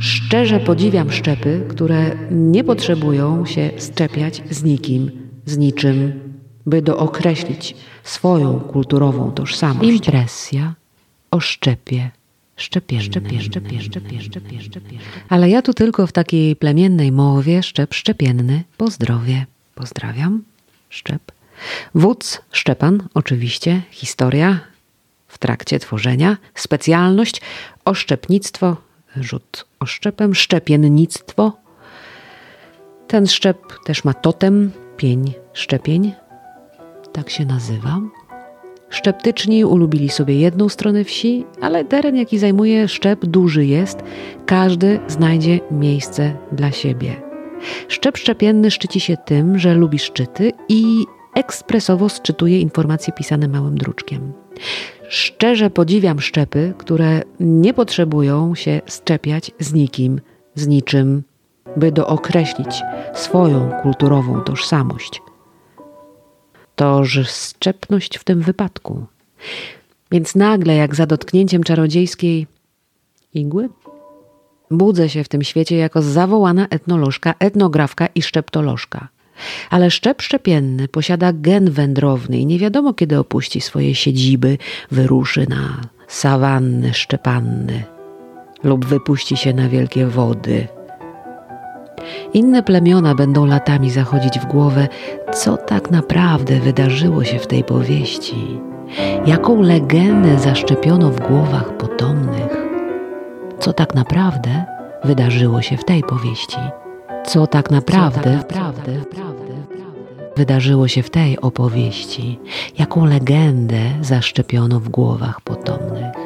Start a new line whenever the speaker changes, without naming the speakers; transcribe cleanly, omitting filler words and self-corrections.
Szczerze podziwiam szczepy, które nie potrzebują się szczepiać z nikim, z niczym, by dookreślić swoją kulturową tożsamość. Impresja o szczepie szczepiennym. Ale ja tu tylko w takiej plemiennej mowie szczep szczepienny pozdrowie. Pozdrawiam. Szczep. Wódz Szczepan, oczywiście, historia w trakcie tworzenia, specjalność, oszczepnictwo, rzut oszczepem, szczepiennictwo. Ten szczep też ma totem, pień, szczepień, tak się nazywa. Szczeptyczni ulubili sobie jedną stronę wsi, ale teren, jaki zajmuje szczep, duży jest. Każdy znajdzie miejsce dla siebie. Szczep szczepienny szczyci się tym, że lubi szczyty i ekspresowo sczytuje informacje pisane małym druczkiem. Szczerze podziwiam szczepy, które nie potrzebują się szczepiać z nikim, z niczym, by dookreślić swoją kulturową tożsamość. Toż szczepność w tym wypadku. Więc nagle, jak za dotknięciem czarodziejskiej igły, budzę się w tym świecie jako zawołana etnolożka, etnografka i szczeptolożka. Ale szczep szczepienny posiada gen wędrowny i nie wiadomo, kiedy opuści swoje siedziby, wyruszy na sawanny szczepanny lub wypuści się na wielkie wody. Inne plemiona będą latami zachodzić w głowę, co tak naprawdę wydarzyło się w tej powieści. Jaką legendę zaszczepiono w głowach potomnych? Co tak naprawdę wydarzyło się w tej powieści? Co tak naprawdę wydarzyło się w tej opowieści? Jaką legendę zaszczepiono w głowach potomnych?